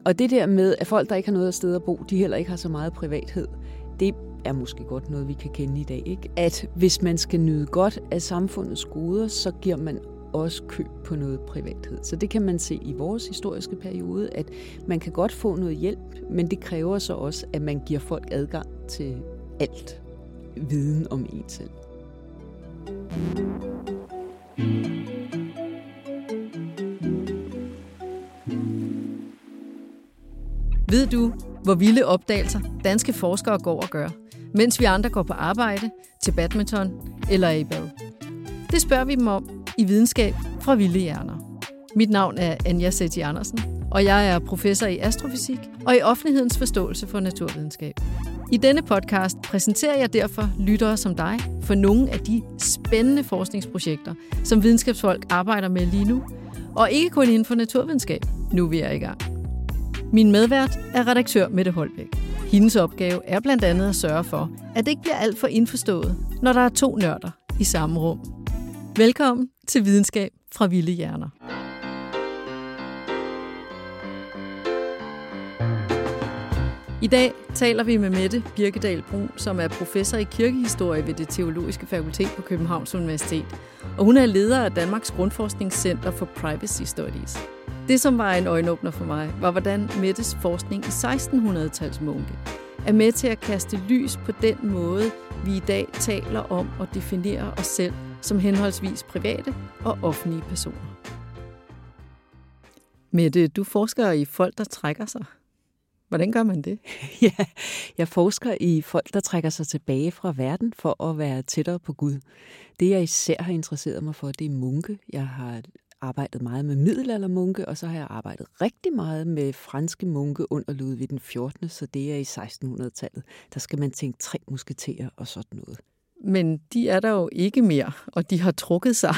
Og det der med, at folk, der ikke har noget sted at bo, de heller ikke har så meget privathed, det er måske godt noget, vi kan kende i dag, ikke? At hvis man skal nyde godt af samfundets goder, så giver man også køb på noget privathed. Så det kan man se i vores historiske periode, at man kan godt få noget hjælp, men det kræver så også, at man giver folk adgang til alt viden om en selv. Ved du, hvor vilde opdagelser danske forskere går og gør, mens vi andre går på arbejde, til badminton eller i bad? Det spørger vi dem om i Videnskab fra Vilde Hjerner. Mit navn er Anja Sethi Andersen, og jeg er professor i astrofysik og i offentlighedens forståelse for naturvidenskab. I denne podcast præsenterer jeg derfor lyttere som dig for nogle af de spændende forskningsprojekter, som videnskabsfolk arbejder med lige nu, og ikke kun inden for naturvidenskab. Nu er vi i gang. Min medvært er redaktør Mette Holbæk. Hendes opgave er blandt andet at sørge for, at det ikke bliver alt for indforstået, når der er to nørder i samme rum. Velkommen til Videnskab fra Vilde Hjerner. I dag taler vi med Mette Birkedal Bruun, som er professor i kirkehistorie ved Det Teologiske Fakultet på Københavns Universitet, og hun er leder af Danmarks Grundforskningscenter for Privacy Studies. Det, som var en øjenåbner for mig, var, hvordan Mettes forskning i 1600-tals munke er med til at kaste lys på den måde, vi i dag taler om og definerer os selv som henholdsvis private og offentlige personer. Mette, du forsker i folk, der trækker sig. Hvordan gør man det? Ja, jeg forsker i folk, der trækker sig tilbage fra verden for at være tættere på Gud. Det, jeg især har interesseret mig for, det er munke. Jeg har arbejdet meget med middelaldermunke, og så har jeg arbejdet rigtig meget med franske munke under Ludvig den 14., så det er i 1600-tallet. Der skal man tænke 3 musketerer og sådan noget. Men de er der jo ikke mere, og de har trukket sig.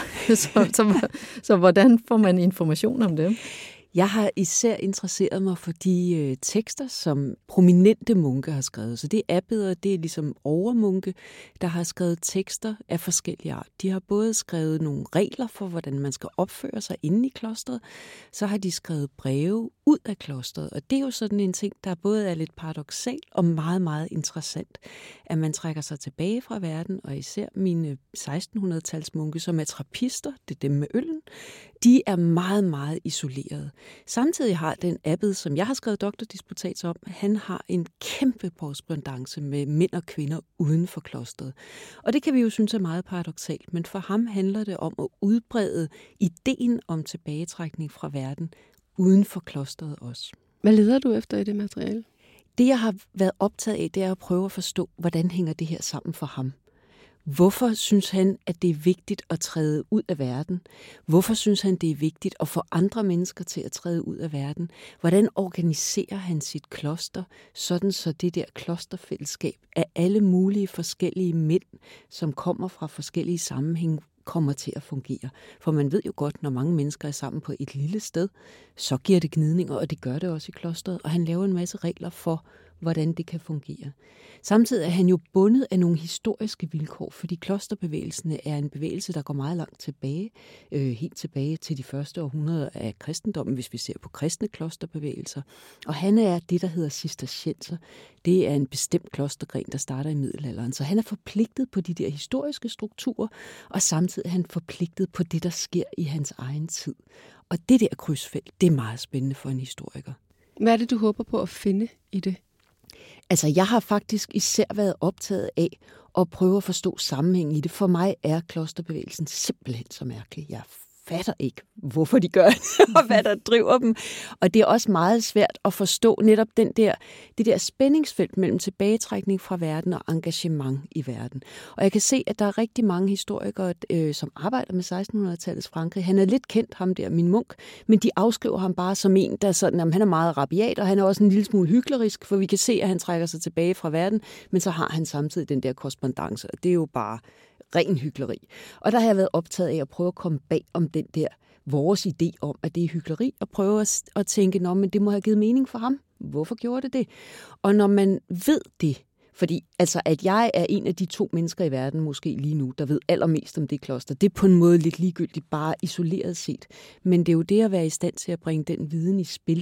Så hvordan får man information om dem? Jeg har især interesseret mig for de tekster, som prominente munke har skrevet. Så det er abbeder, det er ligesom overmunke, der har skrevet tekster af forskellige art. De har både skrevet nogle regler for, hvordan man skal opføre sig inde i klosteret, så har de skrevet breve ud af klosteret. Og det er jo sådan en ting, der både er lidt paradoksal og meget, meget interessant, at man trækker sig tilbage fra verden, og især mine 1600-tals munke, som er trappister, det er dem med øllen, de er meget, meget isolerede. Samtidig har den abbed, som jeg har skrevet doktordisputats om, han har en kæmpe korrespondance med mænd og kvinder uden for klosteret. Og det kan vi jo synes er meget paradoksalt, men for ham handler det om at udbrede ideen om tilbagetrækning fra verden uden for klosteret også. Hvad leder du efter i det materiale? Det, jeg har været optaget af, det er at prøve at forstå, hvordan hænger det her sammen for ham. Hvorfor synes han, at det er vigtigt at træde ud af verden? Hvorfor synes han, det er vigtigt at få andre mennesker til at træde ud af verden? Hvordan organiserer han sit kloster, sådan så det der klosterfællesskab af alle mulige forskellige mænd, som kommer fra forskellige sammenhænge, kommer til at fungere? For man ved jo godt, når mange mennesker er sammen på et lille sted, så giver det gnidninger, og det gør det også i klosteret. Og han laver en masse regler for, hvordan det kan fungere. Samtidig er han jo bundet af nogle historiske vilkår, fordi klosterbevægelsen er en bevægelse, der går meget langt tilbage, helt tilbage til de første århundreder af kristendommen, hvis vi ser på kristne klosterbevægelser. Og han er det, der hedder cistercienser. Det er en bestemt klostergren, der starter i middelalderen. Så han er forpligtet på de der historiske strukturer, og samtidig er han forpligtet på det, der sker i hans egen tid. Og det der krydsfelt, det er meget spændende for en historiker. Hvad er det, du håber på at finde i det? Altså, jeg har faktisk især været optaget af at prøve at forstå sammenhængen i det. For mig er klosterbevægelsen simpelthen så mærkelig. Jeg fatter ikke, hvorfor de gør det, og hvad der driver dem. Og det er også meget svært at forstå netop det der spændingsfelt mellem tilbagetrækning fra verden og engagement i verden. Og jeg kan se, at der er rigtig mange historikere, som arbejder med 1600-tallets Frankrig. Han er lidt kendt, ham der, min munk, men de afskriver ham bare som en, der sådan, han er meget rabiat, og han er også en lille smule hyklerisk, for vi kan se, at han trækker sig tilbage fra verden, men så har han samtidig den der korrespondance, og det er jo bare ren hykleri. Og der har jeg været optaget af at prøve at komme bag om den der vores idé om, at det er hykleri, og prøve at tænke, men det må have givet mening for ham. Hvorfor gjorde det det? Og når man ved det, fordi altså, at jeg er en af de 2 mennesker i verden, måske lige nu, der ved allermest om det kloster, det er på en måde lidt ligegyldigt, bare isoleret set. Men det er jo det at være i stand til at bringe den viden i spil,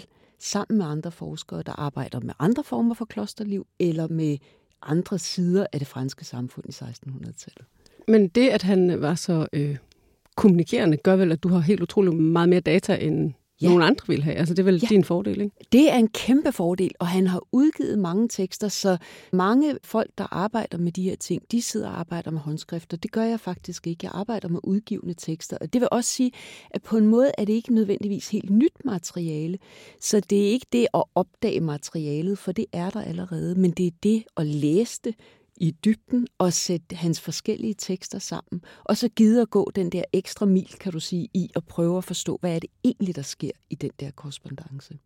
sammen med andre forskere, der arbejder med andre former for klosterliv, eller med andre sider af det franske samfund i 1600-tallet. Men det, at han var så kommunikerende, gør vel, at du har helt utroligt meget mere data, end nogen andre vil have. Altså det er vel din fordel, ikke? Det er en kæmpe fordel, og han har udgivet mange tekster, så mange folk, der arbejder med de her ting, de sidder og arbejder med håndskrifter. Det gør jeg faktisk ikke. Jeg arbejder med udgivne tekster, og det vil også sige, at på en måde er det ikke nødvendigvis helt nyt materiale, så det er ikke det at opdage materialet, for det er der allerede, men det er det at læse det i dybden og sætte hans forskellige tekster sammen, og så gide at gå den der ekstra mil, kan du sige, i at prøve at forstå, hvad er det egentlig, der sker i den der korrespondance.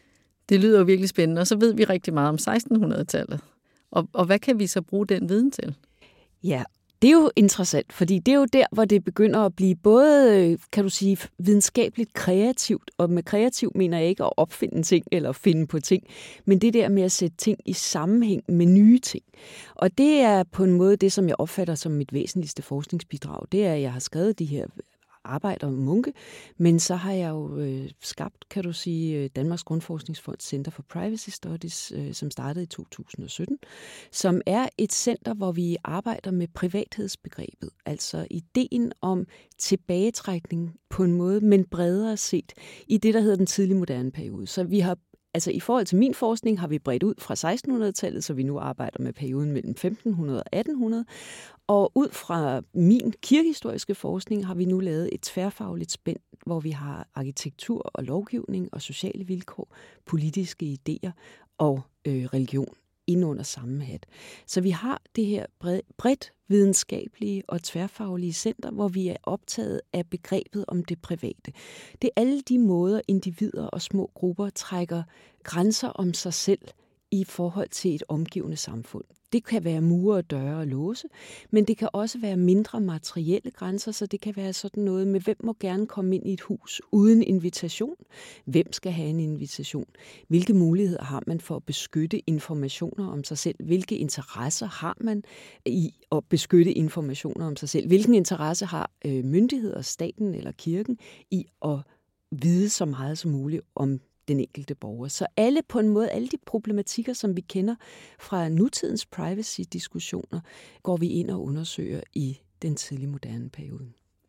Det lyder jo virkelig spændende, og så ved vi rigtig meget om 1600-tallet. Og hvad kan vi så bruge den viden til? Ja, det er jo interessant, fordi det er jo der, hvor det begynder at blive både, kan du sige, videnskabeligt kreativt, og med kreativ mener jeg ikke at opfinde ting eller finde på ting, men det der med at sætte ting i sammenhæng med nye ting. Og det er på en måde det, som jeg opfatter som mit væsentligste forskningsbidrag. Det er, at jeg har skrevet de her arbejder med Munke, men så har jeg jo skabt, kan du sige, Danmarks Grundforskningsfond Center for Privacy Studies, som startede i 2017, som er et center, hvor vi arbejder med privathedsbegrebet, altså ideen om tilbagetrækning på en måde, men bredere set i det, der hedder den tidlige moderne periode. Så vi har altså i forhold til min forskning har vi bredt ud fra 1600-tallet, så vi nu arbejder med perioden mellem 1500 og 1800. Og ud fra min kirkehistoriske forskning har vi nu lavet et tværfagligt spænd, hvor vi har arkitektur og lovgivning og sociale vilkår, politiske idéer og religion ind under samme hat. Så vi har det her bredt videnskabelige og tværfaglige center, hvor vi er optaget af begrebet om det private. Det er alle de måder, individer og små grupper trækker grænser om sig selv i forhold til et omgivende samfund. Det kan være mure og døre og låse, men det kan også være mindre materielle grænser, så det kan være sådan noget med, hvem må gerne komme ind i et hus uden invitation? Hvem skal have en invitation? Hvilke muligheder har man for at beskytte informationer om sig selv? Hvilke interesser har man i at beskytte informationer om sig selv? Hvilken interesse har myndigheder, staten eller kirken i at vide så meget som muligt om den enkelte borger. Så alle på en måde, alle de problematikker, som vi kender fra nutidens privacy-diskussioner, går vi ind og undersøger i den tidlige moderne periode.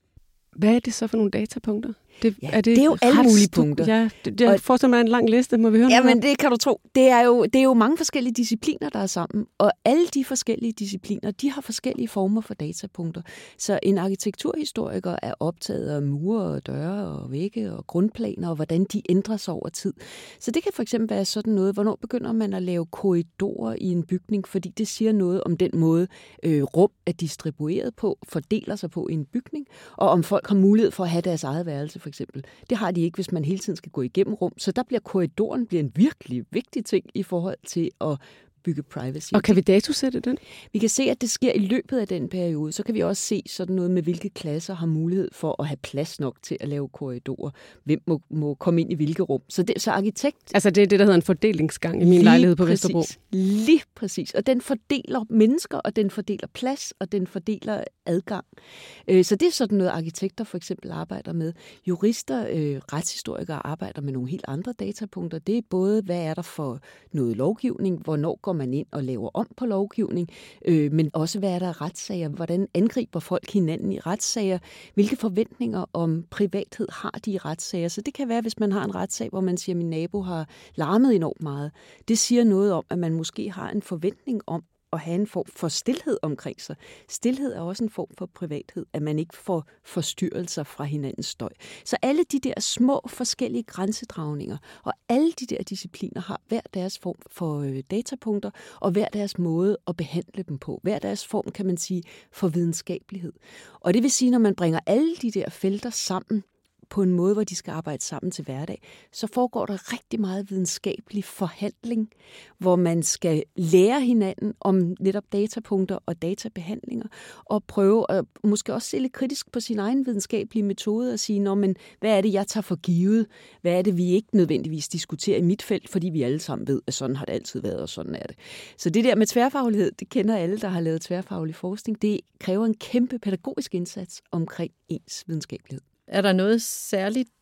Hvad er det så for nogle datapunkter? Det er jo alle mulige punkter. Ja, jeg forestiller mig en lang liste, må vi høre noget om? Men det kan du tro. Det er jo mange forskellige discipliner, der er sammen, og alle de forskellige discipliner, de har forskellige former for datapunkter. Så en arkitekturhistoriker er optaget af mure og døre og vægge og grundplaner, og hvordan de ændrer sig over tid. Så det kan for eksempel være sådan noget, hvornår begynder man at lave korridorer i en bygning, fordi det siger noget om den måde, rum er distribueret på, fordeler sig på i en bygning, og om folk har mulighed for at have deres eget værelse, for eksempel. Det har de ikke, hvis man hele tiden skal gå igennem rum. Så der bliver korridoren en virkelig vigtig ting i forhold til at bygge privacy. Og kan vi datosætte den? Vi kan se, at det sker i løbet af den periode. Så kan vi også se sådan noget med, hvilke klasser har mulighed for at have plads nok til at lave korridorer. Hvem må komme ind i hvilke rum. Så arkitekt... Altså det er det, der hedder en fordelingsgang i min lejlighed på Vesterbro. Lige præcis. Og den fordeler mennesker, og den fordeler plads, og den fordeler adgang. Så det er sådan noget, arkitekter for eksempel arbejder med. Jurister, retshistorikere arbejder med nogle helt andre datapunkter. Det er både, hvad er der for noget lovgivning, hvornår går man ind og laver om på lovgivning, men også hvad er der af retssager, hvordan angriber folk hinanden i retssager, hvilke forventninger om privathed har de i retssager. Så det kan være, hvis man har en retssag, hvor man siger, at min nabo har larmet enormt meget. Det siger noget om, at man måske har en forventning om at have en form for stilhed omkring sig. Stilhed er også en form for privathed, at man ikke får forstyrrelser fra hinandens støj. Så alle de der små forskellige grænsedragninger, og alle de der discipliner har hver deres form for datapunkter, og hver deres måde at behandle dem på. Hver deres form, kan man sige, for videnskabelighed. Og det vil sige, når man bringer alle de der felter sammen, på en måde, hvor de skal arbejde sammen til hverdag, så foregår der rigtig meget videnskabelig forhandling, hvor man skal lære hinanden om netop datapunkter og databehandlinger, og prøve at måske også se lidt kritisk på sin egen videnskabelige metode og sige, men hvad er det, jeg tager for givet? Hvad er det, vi ikke nødvendigvis diskuterer i mit felt, fordi vi alle sammen ved, at sådan har det altid været, og sådan er det. Så det der med tværfaglighed, det kender alle, der har lavet tværfaglig forskning, det kræver en kæmpe pædagogisk indsats omkring ens videnskabelighed. Er der noget særligt,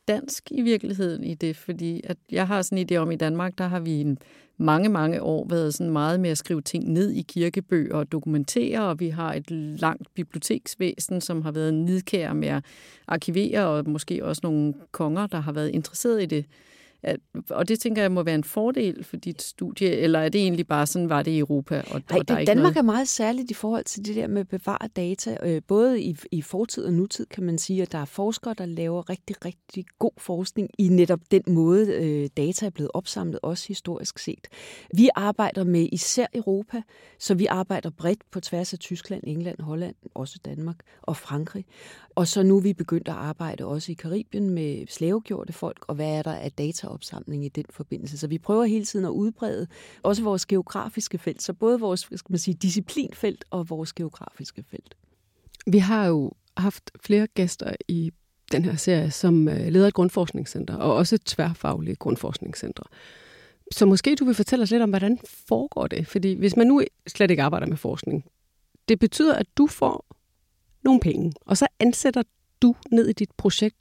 dansk i virkeligheden i det, fordi at jeg har sådan en idé om, i Danmark, der har vi mange år været sådan meget med at skrive ting ned i kirkebøger og dokumentere, og vi har et langt biblioteksvæsen, som har været nidkær med at arkivere, og måske også nogle konger, der har været interesseret i det. Og det tænker jeg må være en fordel for dit studie, eller er det egentlig bare sådan, var det i Europa? Nej, Danmark er meget særligt i forhold til det der med at bevare data, både i fortid og nutid, kan man sige, at der er forskere, der laver rigtig god forskning i netop den måde, data er blevet opsamlet, også historisk set. Vi arbejder med især Europa, så vi arbejder bredt på tværs af Tyskland, England, Holland, også Danmark og Frankrig. Og så nu er vi begyndt at arbejde også i Karibien med slavegjorte folk, og hvad er der af dataopsamling i den forbindelse. Så vi prøver hele tiden at udbrede også vores geografiske felt, så både vores disciplinfelt og vores geografiske felt. Vi har jo haft flere gæster i den her serie, som leder et grundforskningscenter, og også tværfaglige grundforskningscentre. Så måske du vil fortælle os lidt om, hvordan foregår det? Fordi hvis man nu slet ikke arbejder med forskning, det betyder, at du får nogle penge, og så ansætter du ned i dit projekt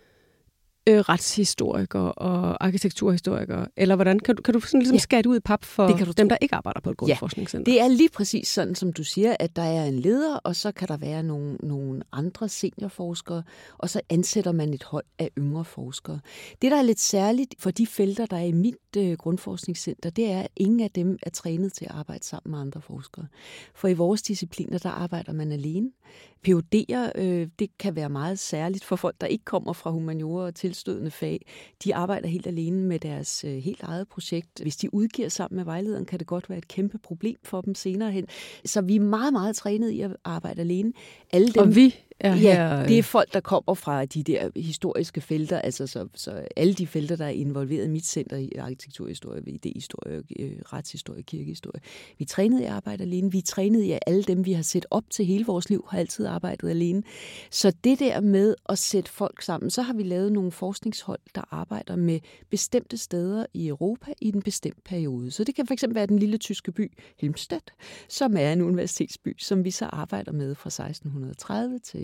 retshistorikere og arkitekturhistorikere, eller hvordan? Kan du sådan ligesom skære det ud i pap for dem, der ikke arbejder på et grundforskningscenter? Det er lige præcis sådan, som du siger, at der er en leder, og så kan der være nogle andre seniorforskere, og så ansætter man et hold af yngre forskere. Det, der er lidt særligt for de felter, der er i mit grundforskningscenter, det er, at ingen af dem er trænet til at arbejde sammen med andre forskere. For i vores discipliner, der arbejder man alene. PhD'er, det kan være meget særligt for folk, der ikke kommer fra humaniora og tilstødende fag. De arbejder helt alene med deres helt eget projekt. Hvis de udgiver sammen med vejlederen, kan det godt være et kæmpe problem for dem senere hen. Så vi er meget trænet i at arbejde alene. Alle dem, og vi er her... det er folk, der kommer fra de der historiske felter, altså så alle de felter, der er involveret i mit center i arkitekturhistorie, idéhistorie, retshistorie, kirkehistorie. Vi er trænet i at arbejde alene. Vi er trænet i, at alle dem, vi har set op til hele vores liv, har altid arbejdet alene. Så det der med at sætte folk sammen, så har vi lavet nogle forskningshold, der arbejder med bestemte steder i Europa i en bestemt periode. Så det kan fx være den lille tyske by Helmstedt, som er en universitetsby, som vi så arbejder med fra 1630 til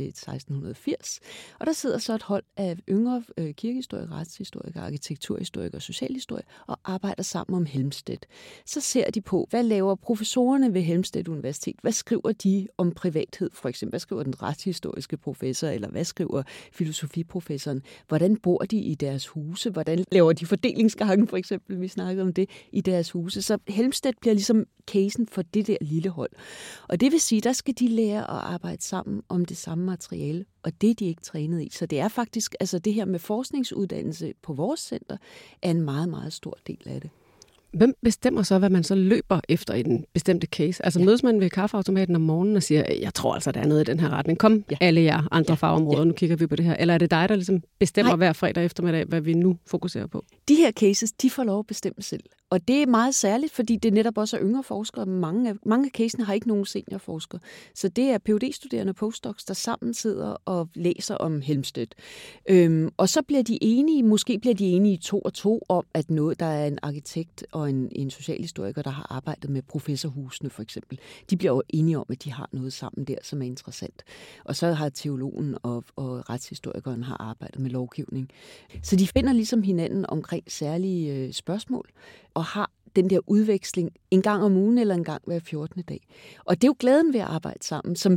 1680. Og der sidder så et hold af yngre kirkehistorikere, retshistorikere, arkitekturhistorikere og socialhistorikere og arbejder sammen om Helmstedt. Så ser de på, hvad laver professorerne ved Helmstedt Universitet? Hvad skriver de om privathed, for eksempel? Hvad skriver den retshistoriske professor, eller hvad skriver filosofiprofessoren? Hvordan bor de i deres huse? Hvordan laver de fordelingsgange, for eksempel? Vi snakkede om det i deres huse. Så Helmstedt bliver ligesom casen for det der lille hold. Og det vil sige, der skal de lære at arbejde sammen om det samme materiale, og det er de ikke trænet i. Så det er faktisk, altså det her med forskningsuddannelse på vores center, er en meget stor del af det. Hvem bestemmer så, hvad man så løber efter i den bestemte case? Altså mødes man ved kaffeautomaten om morgenen og siger, jeg tror altså, der er noget i den her retning. Kom, alle jer andre fagområder, nu kigger vi på det her. Eller er det dig, der ligesom bestemmer hver fredag eftermiddag, hvad vi nu fokuserer på? De her cases, de får lov at bestemme selv. Og det er meget særligt, fordi det netop også er yngre forskere. Mange af casene har ikke nogen seniorforskere. Så det er Ph.D.-studerende og postdocs, der sammen sidder og læser om Helmstedt. Og så bliver de enige, måske bliver de enige 2 og 2 om, at noget, der er en arkitekt og en socialhistoriker, der har arbejdet med professorhusene for eksempel. De bliver jo enige om, at de har noget sammen der, som er interessant. Og så har teologen og retshistorikeren har arbejdet med lovgivning. Så de finder ligesom hinanden omkring særlige spørgsmål, og har den der udveksling en gang om ugen eller en gang hver 14. dag. Og det er jo glæden ved at arbejde sammen, som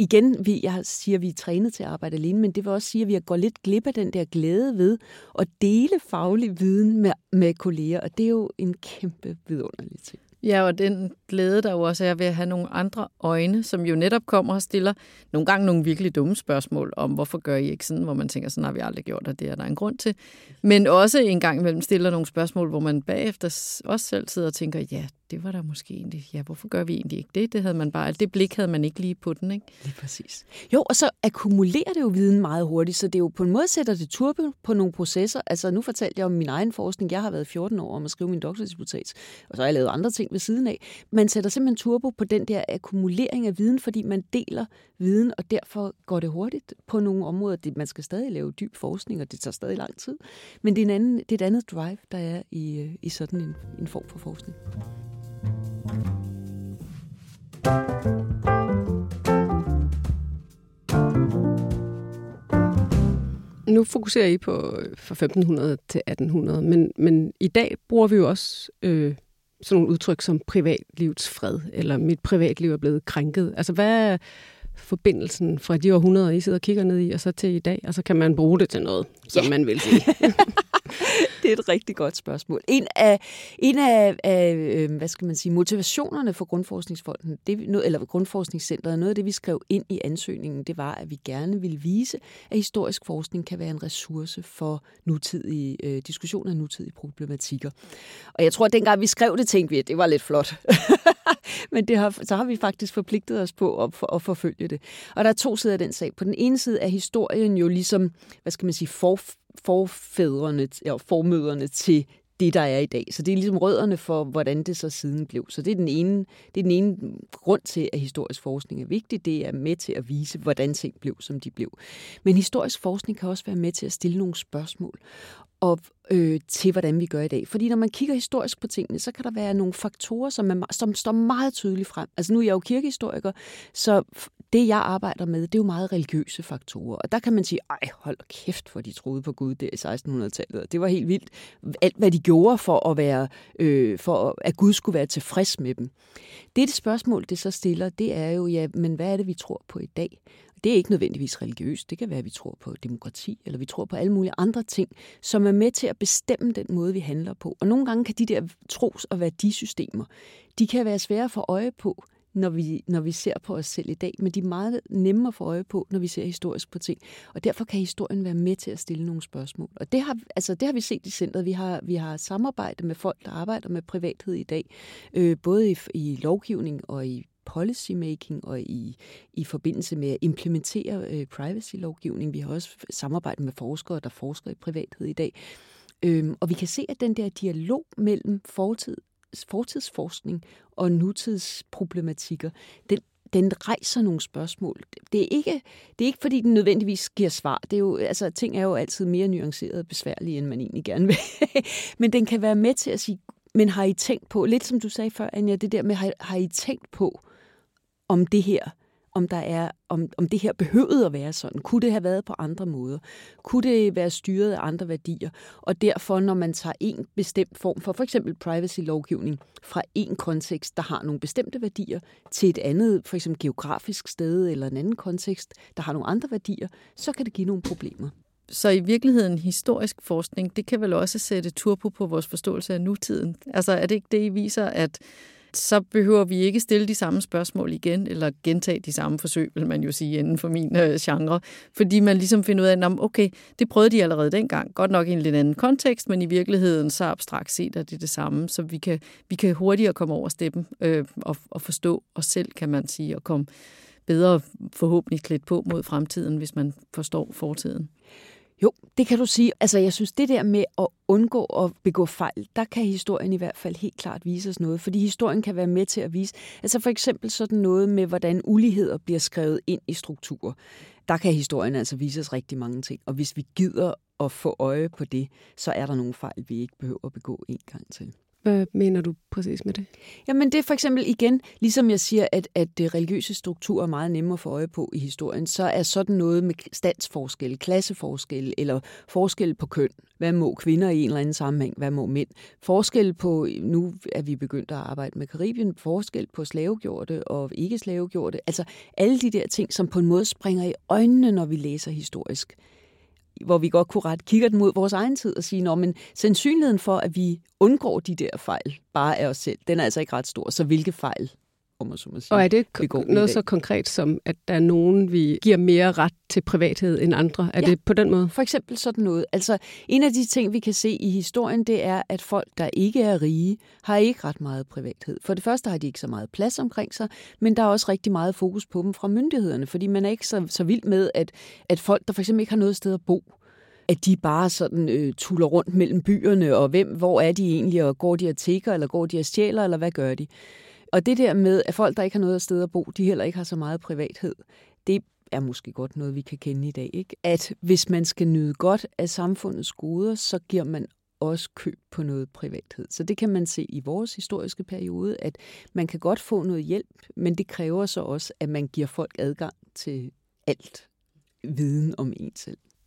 jeg siger, vi er trænet til at arbejde alene, men det vil også sige, at vi går lidt glip af den der glæde ved at dele faglig viden med kolleger, og det er jo en kæmpe vidunderlig ting. Ja, og den glæde, der jo også er ved at have nogle andre øjne, som jo netop kommer og stiller nogle gange nogle virkelig dumme spørgsmål om, hvorfor gør I ikke sådan, hvor man tænker, sådan har vi aldrig gjort, og det er der en grund til. Men også en gang imellem stiller nogle spørgsmål, hvor man bagefter også selv sidder og tænker, ja, det var der måske egentlig, ja, hvorfor gør vi egentlig ikke det? Det havde man bare, det blik havde man ikke lige på den, ikke? Lige præcis. Jo, og så akkumulerer det jo viden meget hurtigt, så det er jo på en måde sætter det turbo på nogle processer. Altså nu fortalte jeg om min egen forskning. Jeg har været 14 år om at skrive min doktordisputats, og så har jeg lavet andre ting ved siden af. Man sætter simpelthen turbo på den der akkumulering af viden, fordi man deler viden, og derfor går det hurtigt på nogle områder. Man skal stadig lave dyb forskning, og det tager stadig lang tid. Men det er et andet drive, der er i sådan en form for forskning. Nu fokuserer I på fra 1500 til 1800, men i dag bruger vi jo også sådan nogle udtryk som privatlivets fred, eller mit privatliv er blevet krænket. Altså hvad er forbindelsen fra de århundreder, I sidder og kigger ned i, og så til i dag? Og så kan man bruge det til noget, som man vil sige. Det er et rigtig godt spørgsmål. En af hvad skal man sige, motivationerne for Grundforskningsfonden, eller Grundforskningscentret, noget af det, vi skrev ind i ansøgningen, det var, at vi gerne ville vise, at historisk forskning kan være en ressource for nutidige diskussioner af nutidige problematikker. Og jeg tror, at dengang vi skrev det, tænkte vi, at det var lidt flot. Men så har vi faktisk forpligtet os på at forfølge det. Og der er to sider af den sag. På den ene side er historien jo ligesom, hvad skal man sige, formøderne til det, der er i dag. Så det er ligesom rødderne for, hvordan det så siden blev. Så det er den ene grund til, at historisk forskning er vigtig. Det er med til at vise, hvordan ting blev, som de blev. Men historisk forskning kan også være med til at stille nogle spørgsmål til, hvordan vi gør i dag. Fordi når man kigger historisk på tingene, så kan der være nogle faktorer, som står meget tydeligt frem. Altså nu er jeg jo kirkehistoriker, så det, jeg arbejder med, det er jo meget religiøse faktorer. Og der kan man sige, hold kæft, hvor de troede på Gud der i 1600-tallet. Det var helt vildt. Alt, hvad de gjorde for at Gud skulle være tilfreds med dem. Det spørgsmål, det så stiller, det er jo, ja, men hvad er det, vi tror på i dag? Det er ikke nødvendigvis religiøst. Det kan være, at vi tror på demokrati, eller vi tror på alle mulige andre ting, som er med til at bestemme den måde, vi handler på. Og nogle gange kan de der tros- og værdisystemer, de kan være svære at få øje på, når vi ser på os selv i dag, men de er meget nemmere at få øje på, når vi ser historisk på ting. Og derfor kan historien være med til at stille nogle spørgsmål. Og det har vi set i centret. Vi har samarbejde med folk, der arbejder med privathed i dag, både i lovgivning og i policymaking og i forbindelse med at implementere privacy-lovgivning. Vi har også samarbejdet med forskere, der forsker i privathed i dag. Og vi kan se, at den der dialog mellem fortidsforskning og nutidsproblematikker, den rejser nogle spørgsmål. Det er ikke fordi den nødvendigvis giver svar. Det er jo, altså, ting er jo altid mere nuancerede og besværlige, end man egentlig gerne vil. Men den kan være med til at sige, men har I tænkt på, lidt som du sagde før, Anja, det der med, har I tænkt på, om det her, om det her behøvede at være sådan? Kunne det have været på andre måder? Kunne det være styret af andre værdier? Og derfor, når man tager en bestemt form for eksempel privacy-lovgivning fra en kontekst, der har nogle bestemte værdier, til et andet, for eksempel geografisk sted eller en anden kontekst, der har nogle andre værdier, så kan det give nogle problemer. Så i virkeligheden historisk forskning, det kan vel også sætte turbo på vores forståelse af nutiden? Altså er det ikke det, I viser, at så behøver vi ikke stille de samme spørgsmål igen, eller gentage de samme forsøg, vil man jo sige, inden for min genre. Fordi man ligesom finder ud af, at okay, det prøvede de allerede dengang. Godt nok i en lidt anden kontekst, men i virkeligheden så abstrakt set er det samme. Så vi kan hurtigere komme over steppen og forstå os selv, kan man sige, og komme bedre forhåbentlig klædt på mod fremtiden, hvis man forstår fortiden. Jo, det kan du sige. Altså, jeg synes, det der med at undgå at begå fejl, der kan historien i hvert fald helt klart vise os noget, fordi historien kan være med til at vise, altså for eksempel sådan noget med, hvordan uligheder bliver skrevet ind i strukturer. Der kan historien altså vise os rigtig mange ting, og hvis vi gider at få øje på det, så er der nogle fejl, vi ikke behøver at begå en gang til. Hvad mener du præcis med det? Jamen det er for eksempel igen, ligesom jeg siger, at religiøse strukturer er meget nemmere at få øje på i historien, så er sådan noget med standsforskel, klasseforskel eller forskel på køn. Hvad må kvinder i en eller anden sammenhæng? Hvad må mænd? Forskel på, nu er vi begyndt at arbejde med Karibien, forskel på slavegjorte og ikke slavegjorte. Altså alle de der ting, som på en måde springer i øjnene, når vi læser historisk. Hvor vi godt kunne kigge den mod vores egen tid og sige, men sandsynligheden for, at vi undgår de der fejl bare af os selv, den er altså ikke ret stor. Så hvilke fejl, om man så må sige, og er det noget så konkret som, at der er nogen, vi giver mere ret til privathed end andre? Er det på den måde? For eksempel sådan noget. Altså, en af de ting, vi kan se i historien, det er, at folk, der ikke er rige, har ikke ret meget privathed. For det første har de ikke så meget plads omkring sig, men der er også rigtig meget fokus på dem fra myndighederne, fordi man er ikke så vild med, at folk, der for eksempel ikke har noget sted at bo, at de bare sådan tuller rundt mellem byerne, og hvor er de egentlig, og går de og tigger, eller går de og stjæler, eller hvad gør de? Og det der med, at folk, der ikke har noget sted at bo, de heller ikke har så meget privathed, det er måske godt noget, vi kan kende i dag, ikke? At hvis man skal nyde godt af samfundets goder, så giver man også køb på noget privathed. Så det kan man se i vores historiske periode, at man kan godt få noget hjælp, men det kræver så også, at man giver folk adgang til alt viden om en selv.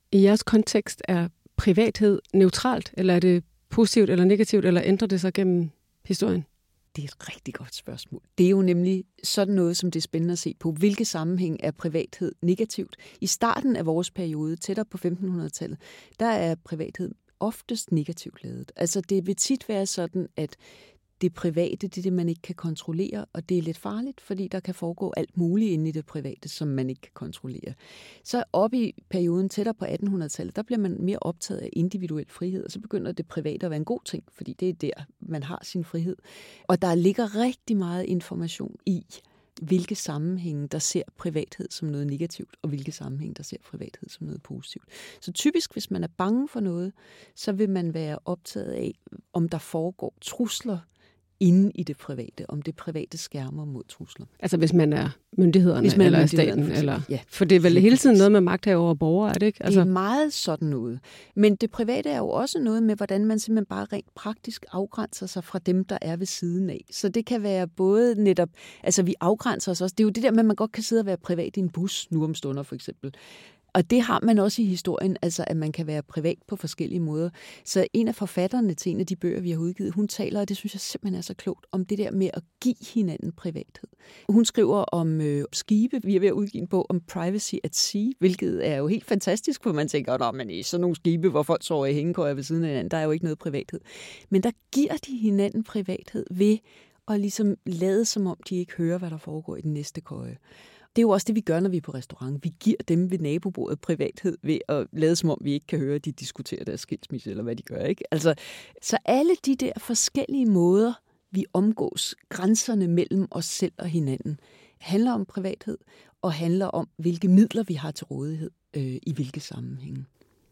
I jeres kontekst er privathed neutralt, eller er det positivt eller negativt, eller ændrer det sig gennem historien? Det er et rigtig godt spørgsmål. Det er jo nemlig sådan noget, som det er spændende at se på. Hvilke sammenhæng er privathed negativt? I starten af vores periode, tættere på 1500-tallet, der er privathed oftest negativt ladet. Altså det vil tit være sådan, at det private, det er det, man ikke kan kontrollere, og det er lidt farligt, fordi der kan foregå alt muligt inde i det private, som man ikke kan kontrollere. Så op i perioden tættere på 1800-tallet, der bliver man mere optaget af individuel frihed, og så begynder det private at være en god ting, fordi det er der, man har sin frihed. Og der ligger rigtig meget information i, hvilke sammenhænge, der ser privathed som noget negativt, og hvilke sammenhænge, der ser privathed som noget positivt. Så typisk, hvis man er bange for noget, så vil man være optaget af, om der foregår trusler inde i det private, om det private skærmer mod trusler. Altså hvis man er myndighederne eller staten? Eller, ja. For det er vel hele tiden noget med magthavere og borgere, er det ikke? Altså... Det er meget sådan noget. Men det private er jo også noget med, hvordan man simpelthen bare rent praktisk afgrænser sig fra dem, der er ved siden af. Så det kan være både netop, altså vi afgrænser os også. Det er jo det der med, at man godt kan sidde og være privat i en bus nu om stunder for eksempel. Og det har man også i historien, altså at man kan være privat på forskellige måder. Så en af forfatterne til en af de bøger, vi har udgivet, hun taler, og det synes jeg simpelthen er så klogt, om det der med at give hinanden privathed. Hun skriver om skibe. Vi er ved at udgive en bog om privacy at sea, hvilket er jo helt fantastisk, for man tænker, men i sådan nogle skibe, hvor folk sover i hængekøjer ved siden af hinanden, der er jo ikke noget privathed. Men der giver de hinanden privathed ved at ligesom lade, som om de ikke hører, hvad der foregår i den næste køje. Det er jo også det, vi gør, når vi er på restaurant. Vi giver dem ved nabobordet privathed ved at lade, som om vi ikke kan høre, at de diskuterer deres skilsmisse, eller hvad de gør, ikke? Altså, så alle de der forskellige måder, vi omgås grænserne mellem os selv og hinanden, handler om privathed, og handler om, hvilke midler vi har til rådighed i hvilke sammenhænge.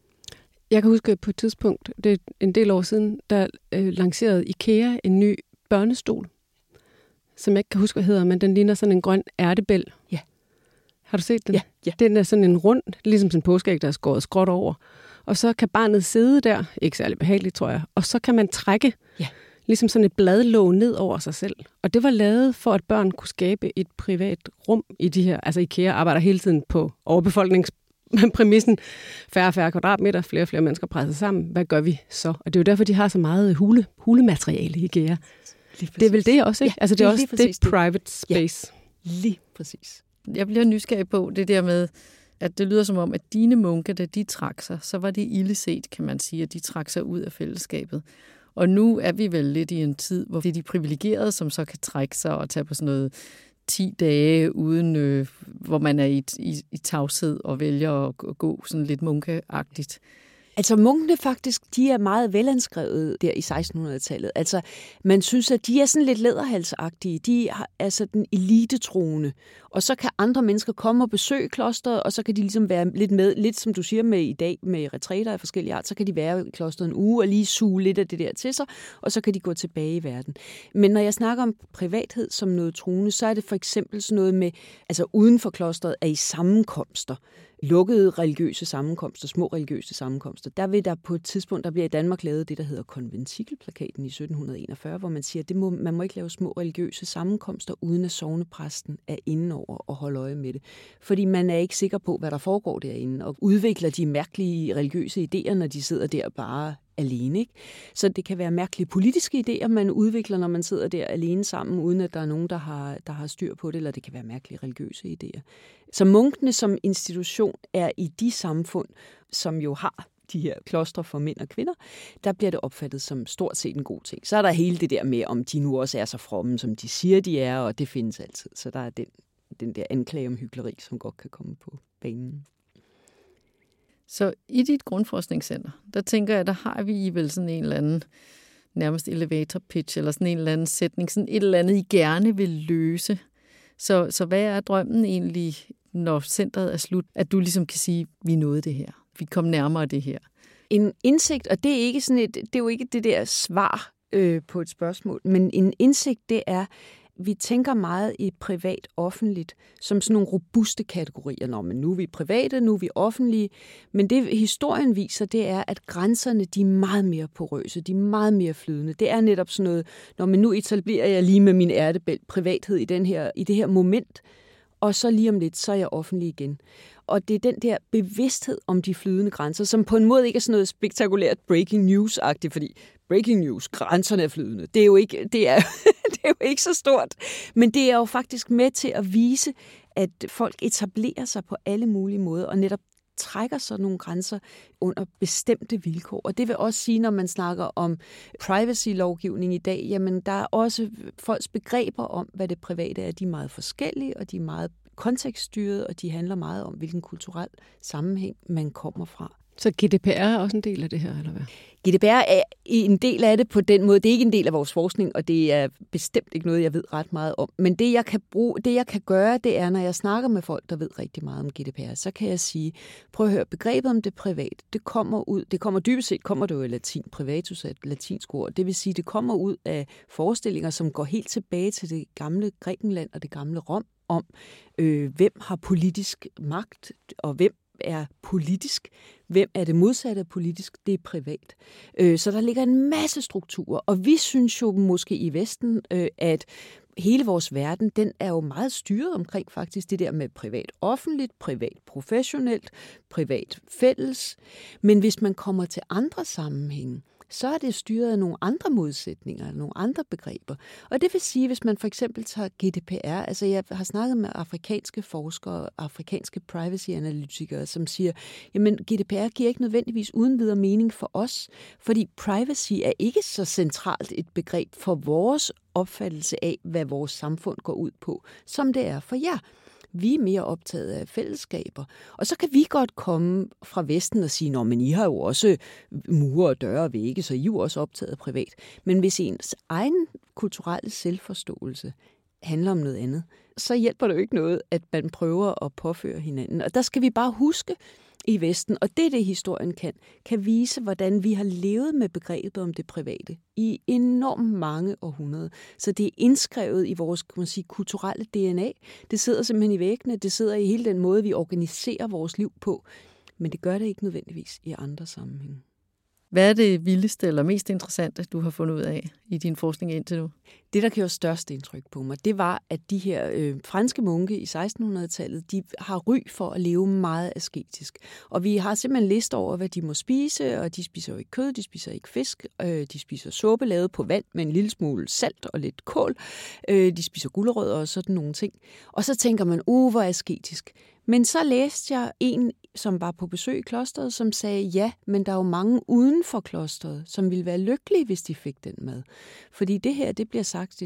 Jeg kan huske på et tidspunkt, det er en del år siden, der lancerede IKEA en ny børnestol, som jeg ikke kan huske, hvad hedder, men den ligner sådan en grøn ærtebæl. Ja. Har du set den? Ja, ja. Den er sådan en rund, ligesom sådan en påskeæg, der er skåret skråt over. Og så kan barnet sidde der, ikke særlig behageligt, tror jeg, og så kan man trække ligesom sådan et bladlåg ned over sig selv. Og det var lavet for, at børn kunne skabe et privat rum i de her. Altså IKEA arbejder hele tiden på overbefolkningspræmissen. Færre og færre kvadratmeter, flere og flere mennesker presset sammen. Hvad gør vi så? Og det er jo derfor, de har så meget hulemateriale i IKEA. Det er vel det også, ikke? Ja, altså det er også det private space. Ja, lige præcis. Jeg bliver nysgerrig på det der med, at det lyder som om, at dine munke, da de trak sig, så var det ildeset, kan man sige, at de trak sig ud af fællesskabet. Og nu er vi vel lidt i en tid, hvor det er de privilegerede, som så kan trække sig og tage på sådan noget 10 dage, uden, hvor man er i tavshed og vælger at gå sådan lidt munkeagtigt. Altså munkene faktisk, de er meget velanskrevet der i 1600-tallet. Altså man synes, at de er sådan lidt læderhalsagtige. De er sådan elitetroende. Og så kan andre mennesker komme og besøge klosteret, og så kan de ligesom være lidt med, lidt som du siger med i dag, med retræter af forskellige art, så kan de være i klosteret en uge og lige suge lidt af det der til sig, og så kan de gå tilbage i verden. Men når jeg snakker om privathed som noget truende, så er det for eksempel sådan noget med, altså uden for klosteret er i sammenkomster, lukkede religiøse sammenkomster, små religiøse sammenkomster. Der vil der på et tidspunkt, der bliver i Danmark lavet det, der hedder konventikelplakaten i 1741, hvor man siger, at man må ikke lave små religiøse sammenkomster, uden at sognepræsten er inde over og holde øje med det. Fordi man er ikke sikker på, hvad der foregår derinde, og udvikler de mærkelige religiøse idéer, når de sidder der bare alene, ikke? Så det kan være mærkelige politiske idéer, man udvikler, når man sidder der alene sammen, uden at der er nogen, der har styr på det, eller det kan være mærkelige religiøse idéer. Så munkene som institution er i de samfund, som jo har de her klostre for mænd og kvinder, der bliver det opfattet som stort set en god ting. Så er der hele det der med, om de nu også er så fromme, som de siger, de er, og det findes altid. Så der er den der anklage om hykleri, som godt kan komme på banen. Så i dit grundforskningscenter, der tænker jeg, der har vi vel sådan en eller anden nærmest elevator pitch, eller sådan en eller anden sætning, sådan et eller andet, I gerne vil løse. Så hvad er drømmen egentlig, når centret er slut, at du ligesom kan sige, vi nåede det her, vi kom nærmere det her? En indsigt, og det er ikke sådan det er jo ikke det der svar på et spørgsmål, men en indsigt, det er, vi tænker meget i privat-offentligt som sådan nogle robuste kategorier. Nå, men nu er vi private, nu er vi offentlige. Men det historien viser, det er, at grænserne, de er meget mere porøse, de er meget mere flydende. Det er netop sådan noget, når man nu etablerer jeg lige med min ærtebælt privathed i det her moment, og så lige om lidt, så er jeg offentlig igen. Og det er den der bevidsthed om de flydende grænser, som på en måde ikke er sådan noget spektakulært breaking news-agtigt, fordi breaking news, grænserne er flydende. Det er jo ikke så stort. Men det er jo faktisk med til at vise, at folk etablerer sig på alle mulige måder, og netop trækker så nogle grænser under bestemte vilkår. Og det vil også sige, når man snakker om privacy-lovgivning i dag, jamen der er også folks begreber om, hvad det private er. De er meget forskellige, og de er meget kontekststyrede, og de handler meget om, hvilken kulturel sammenhæng man kommer fra. Så GDPR er også en del af det her, eller hvad? GDPR er en del af det på den måde. Det er ikke en del af vores forskning, og det er bestemt ikke noget, jeg ved ret meget om. Men det, jeg kan gøre, det er, når jeg snakker med folk, der ved rigtig meget om GDPR, så kan jeg sige, prøv at høre, begrebet om det privat, det kommer dybest set, kommer det jo i latin, privatus er et latinsk ord. Det vil sige, det kommer ud af forestillinger, som går helt tilbage til det gamle Grækenland og det gamle Rom, om hvem har politisk magt, og hvem er politisk. Hvem er det modsatte af politisk? Det er privat. Så der ligger en masse strukturer, og vi synes jo måske i Vesten, at hele vores verden, den er jo meget styret omkring faktisk det der med privat offentligt, privat professionelt, privat fælles. Men hvis man kommer til andre sammenhænge, så er det styret af nogle andre modsætninger, nogle andre begreber. Og det vil sige, hvis man for eksempel tager GDPR, altså jeg har snakket med afrikanske forskere, afrikanske privacy-analytikere, som siger, jamen GDPR giver ikke nødvendigvis uden videre mening for os, fordi privacy er ikke så centralt et begreb for vores opfattelse af, hvad vores samfund går ud på, som det er for jer. Vi er mere optaget af fællesskaber. Og så kan vi godt komme fra Vesten og sige, men I har jo også mure og døre og vægge, så I er jo også optaget af privat. Men hvis ens egen kulturelle selvforståelse handler om noget andet, så hjælper det jo ikke noget, at man prøver at påføre hinanden. Og der skal vi bare huske i Vesten, og det historien kan vise, hvordan vi har levet med begrebet om det private i enormt mange århundreder. Så det er indskrevet i vores kulturelle DNA. Det sidder simpelthen i væggene, det sidder i hele den måde, vi organiserer vores liv på. Men det gør det ikke nødvendigvis i andre sammenhænge. Hvad er det vildeste eller mest interessante, du har fundet ud af i din forskning indtil nu? Det, der gjorde størst indtryk på mig, det var, at de her franske munke i 1600-tallet, de har ry for at leve meget asketisk. Og vi har simpelthen liste over, hvad de må spise, og de spiser jo ikke kød, de spiser ikke fisk, de spiser suppe lavet på vand med en lille smule salt og lidt kål, de spiser gulerødder og sådan nogle ting. Og så tænker man, hvor asketisk. Men så læste jeg en, som var på besøg i klosteret, som sagde, ja, men der er jo mange uden for klosteret, som ville være lykkelige, hvis de fik den mad. Fordi det her, det bliver sagt i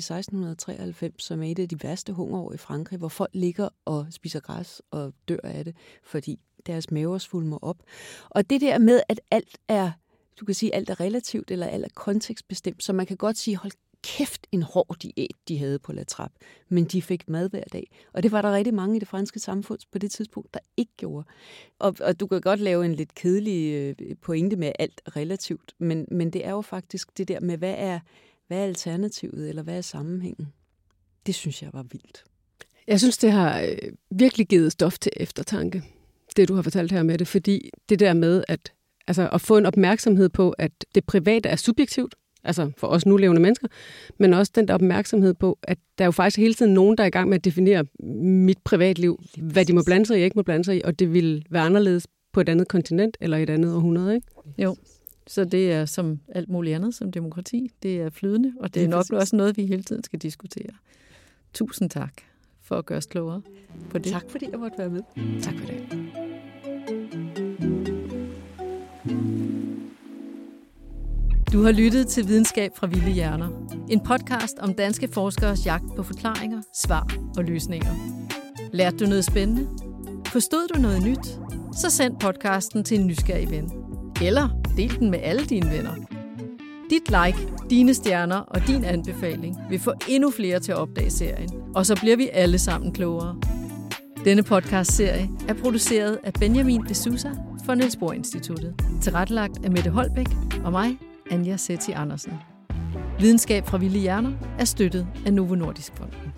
1693, som er et af de værste hungerår i Frankrig, hvor folk ligger og spiser græs og dør af det, fordi deres maver svulmer op. Og det der med, at alt er, du kan sige, alt er relativt, eller alt er kontekstbestemt, så man kan godt sige, hold kæft en hård diæt, de havde på La Trappe, men de fik mad hver dag. Og det var der rigtig mange i det franske samfund på det tidspunkt, der ikke gjorde. Og du kan godt lave en lidt kedelig pointe med alt relativt, men det er jo faktisk det der med, hvad er alternativet, eller hvad er sammenhængen? Det synes jeg var vildt. Jeg synes, det har virkelig givet stof til eftertanke, det du har fortalt her med det, fordi det der med at få en opmærksomhed på, at det private er subjektivt, altså for os nulevende mennesker, men også den der opmærksomhed på, at der er jo faktisk hele tiden nogen, der er i gang med at definere mit privatliv, hvad de må blande sig i og ikke må blande sig i, og det vil være anderledes på et andet kontinent eller et andet århundrede, ikke? Jo, så det er som alt muligt andet, som demokrati. Det er flydende, og det er nok også noget, vi hele tiden skal diskutere. Tusind tak for at gøre os klogere på det. Tak fordi jeg måtte være med. Tak for det. Du har lyttet til Videnskab fra Vilde Hjerner. En podcast om danske forskeres jagt på forklaringer, svar og løsninger. Lærte du noget spændende? Forstod du noget nyt? Så send podcasten til en nysgerrig ven. Eller del den med alle dine venner. Dit like, dine stjerner og din anbefaling vil få endnu flere til at opdage serien. Og så bliver vi alle sammen klogere. Denne podcastserie er produceret af Benjamin de Sousa for Niels Bohr Instituttet. Tilrettelagt af Mette Holbæk og mig, Anja Sethi Andersen. Videnskab fra Vilde Hjerner er støttet af Novo Nordisk Fonden.